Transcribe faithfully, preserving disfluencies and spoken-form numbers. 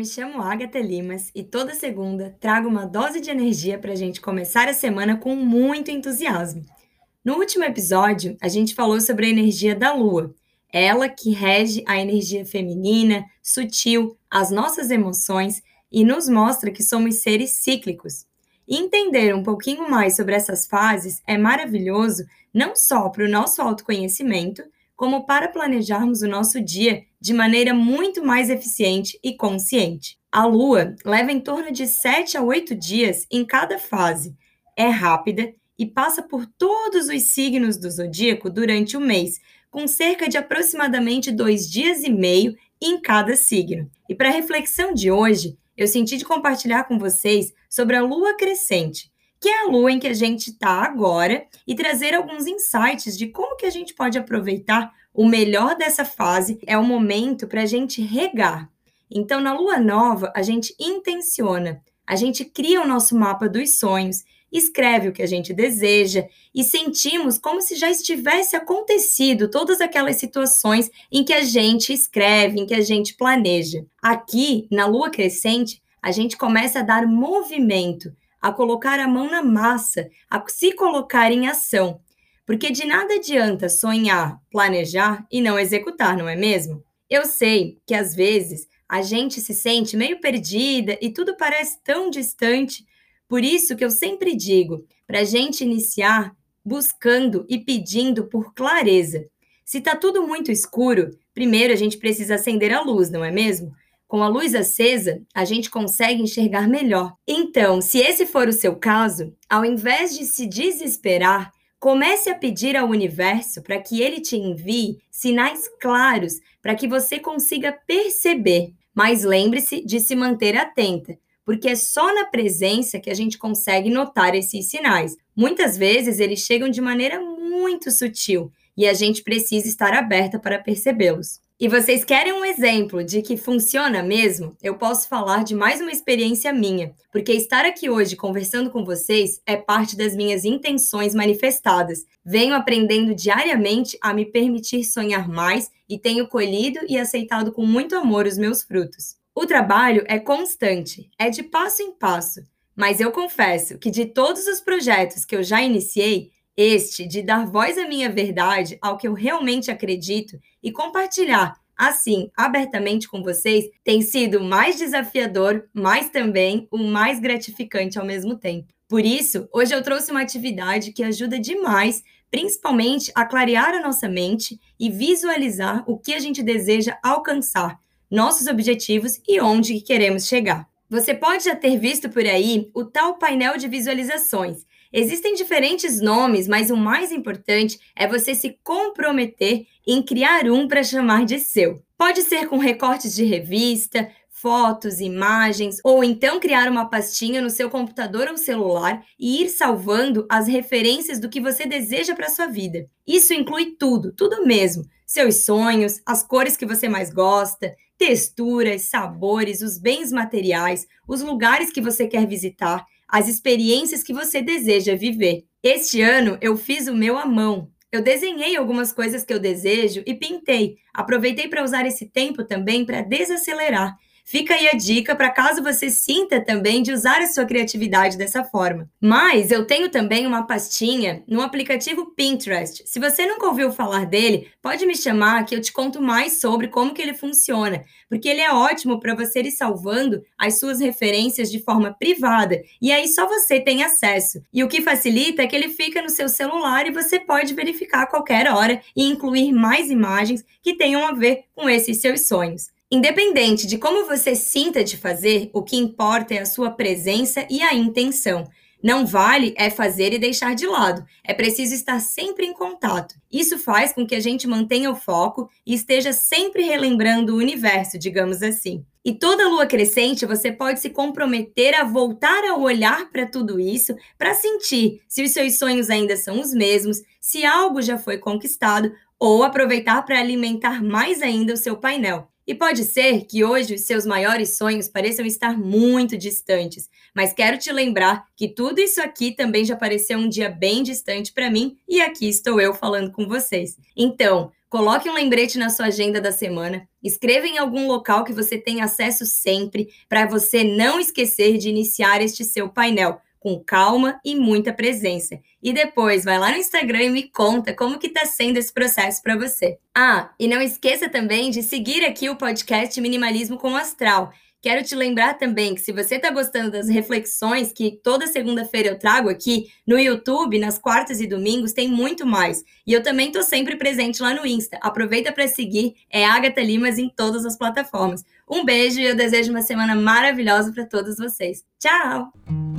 me chamo Agatha Limas e toda segunda trago uma dose de energia para a gente começar a semana com muito entusiasmo. No último episódio, a gente falou sobre a energia da Lua, ela que rege a energia feminina, sutil, as nossas emoções e nos mostra que somos seres cíclicos. E entender um pouquinho mais sobre essas fases é maravilhoso não só para o nosso autoconhecimento, como para planejarmos o nosso dia de maneira muito mais eficiente e consciente. A Lua leva em torno de sete a oito dias em cada fase. É rápida e passa por todos os signos do zodíaco durante o mês, com cerca de aproximadamente dois dias e meio em cada signo. E para a reflexão de hoje, eu senti de compartilhar com vocês sobre a Lua crescente, que é a lua em que a gente está agora, e trazer alguns insights de como que a gente pode aproveitar o melhor dessa fase. É o momento para a gente regar. Então, na lua nova, a gente intenciona, a gente cria o nosso mapa dos sonhos, escreve o que a gente deseja e sentimos como se já estivesse acontecido todas aquelas situações em que a gente escreve, em que a gente planeja. Aqui, na lua crescente, a gente começa a dar movimento, a colocar a mão na massa, a se colocar em ação. Porque de nada adianta sonhar, planejar e não executar, não é mesmo? Eu sei que às vezes a gente se sente meio perdida e tudo parece tão distante. Por isso que eu sempre digo, para a gente iniciar buscando e pedindo por clareza. Se está tudo muito escuro, primeiro a gente precisa acender a luz, não é mesmo? Com a luz acesa, a gente consegue enxergar melhor. Então, se esse for o seu caso, ao invés de se desesperar, comece a pedir ao universo para que ele te envie sinais claros para que você consiga perceber. Mas lembre-se de se manter atenta, porque é só na presença que a gente consegue notar esses sinais. Muitas vezes eles chegam de maneira muito sutil e a gente precisa estar aberta para percebê-los. E vocês querem um exemplo de que funciona mesmo? Eu posso falar de mais uma experiência minha, porque estar aqui hoje conversando com vocês é parte das minhas intenções manifestadas. Venho aprendendo diariamente a me permitir sonhar mais e tenho colhido e aceitado com muito amor os meus frutos. O trabalho é constante, é de passo em passo, mas eu confesso que de todos os projetos que eu já iniciei, este de dar voz à minha verdade, ao que eu realmente acredito e compartilhar, assim, abertamente com vocês, tem sido mais desafiador, mas também o mais gratificante ao mesmo tempo. Por isso, hoje eu trouxe uma atividade que ajuda demais, principalmente a clarear a nossa mente e visualizar o que a gente deseja alcançar, nossos objetivos e onde queremos chegar. Você pode já ter visto por aí o tal painel de visualizações. Existem diferentes nomes, mas o mais importante é você se comprometer em criar um para chamar de seu. Pode ser com recortes de revista, fotos, imagens, ou então criar uma pastinha no seu computador ou celular e ir salvando as referências do que você deseja para sua vida. Isso inclui tudo, tudo mesmo. Seus sonhos, as cores que você mais gosta, texturas, sabores, os bens materiais, os lugares que você quer visitar, as experiências que você deseja viver. Este ano eu fiz o meu à mão. Eu desenhei algumas coisas que eu desejo e pintei. Aproveitei para usar esse tempo também para desacelerar. Fica aí a dica para caso você sinta também de usar a sua criatividade dessa forma. Mas eu tenho também uma pastinha no aplicativo Pinterest. Se você nunca ouviu falar dele, pode me chamar que eu te conto mais sobre como que ele funciona, porque ele é ótimo para você ir salvando as suas referências de forma privada, e aí só você tem acesso. E o que facilita é que ele fica no seu celular e você pode verificar a qualquer hora e incluir mais imagens que tenham a ver com esses seus sonhos. Independente de como você sinta de fazer, o que importa é a sua presença e a intenção. Não vale é fazer e deixar de lado. É preciso estar sempre em contato. Isso faz com que a gente mantenha o foco e esteja sempre relembrando o universo, digamos assim. E toda lua crescente você pode se comprometer a voltar a olhar para tudo isso, para sentir se os seus sonhos ainda são os mesmos, se algo já foi conquistado, ou aproveitar para alimentar mais ainda o seu painel. E pode ser que hoje os seus maiores sonhos pareçam estar muito distantes, mas quero te lembrar que tudo isso aqui também já pareceu um dia bem distante para mim e aqui estou eu falando com vocês. Então, coloque um lembrete na sua agenda da semana, escreva em algum local que você tem acesso sempre para você não esquecer de iniciar este seu painel com calma e muita presença. E depois, vai lá no Instagram e me conta como que tá sendo esse processo para você. Ah, e não esqueça também de seguir aqui o podcast Minimalismo com Astral. Quero te lembrar também que se você está gostando das reflexões que toda segunda-feira eu trago aqui no YouTube, nas quartas e domingos, tem muito mais. E eu também estou sempre presente lá no Insta. Aproveita para seguir, é Agatha Limas em todas as plataformas. Um beijo e eu desejo uma semana maravilhosa para todos vocês. Tchau!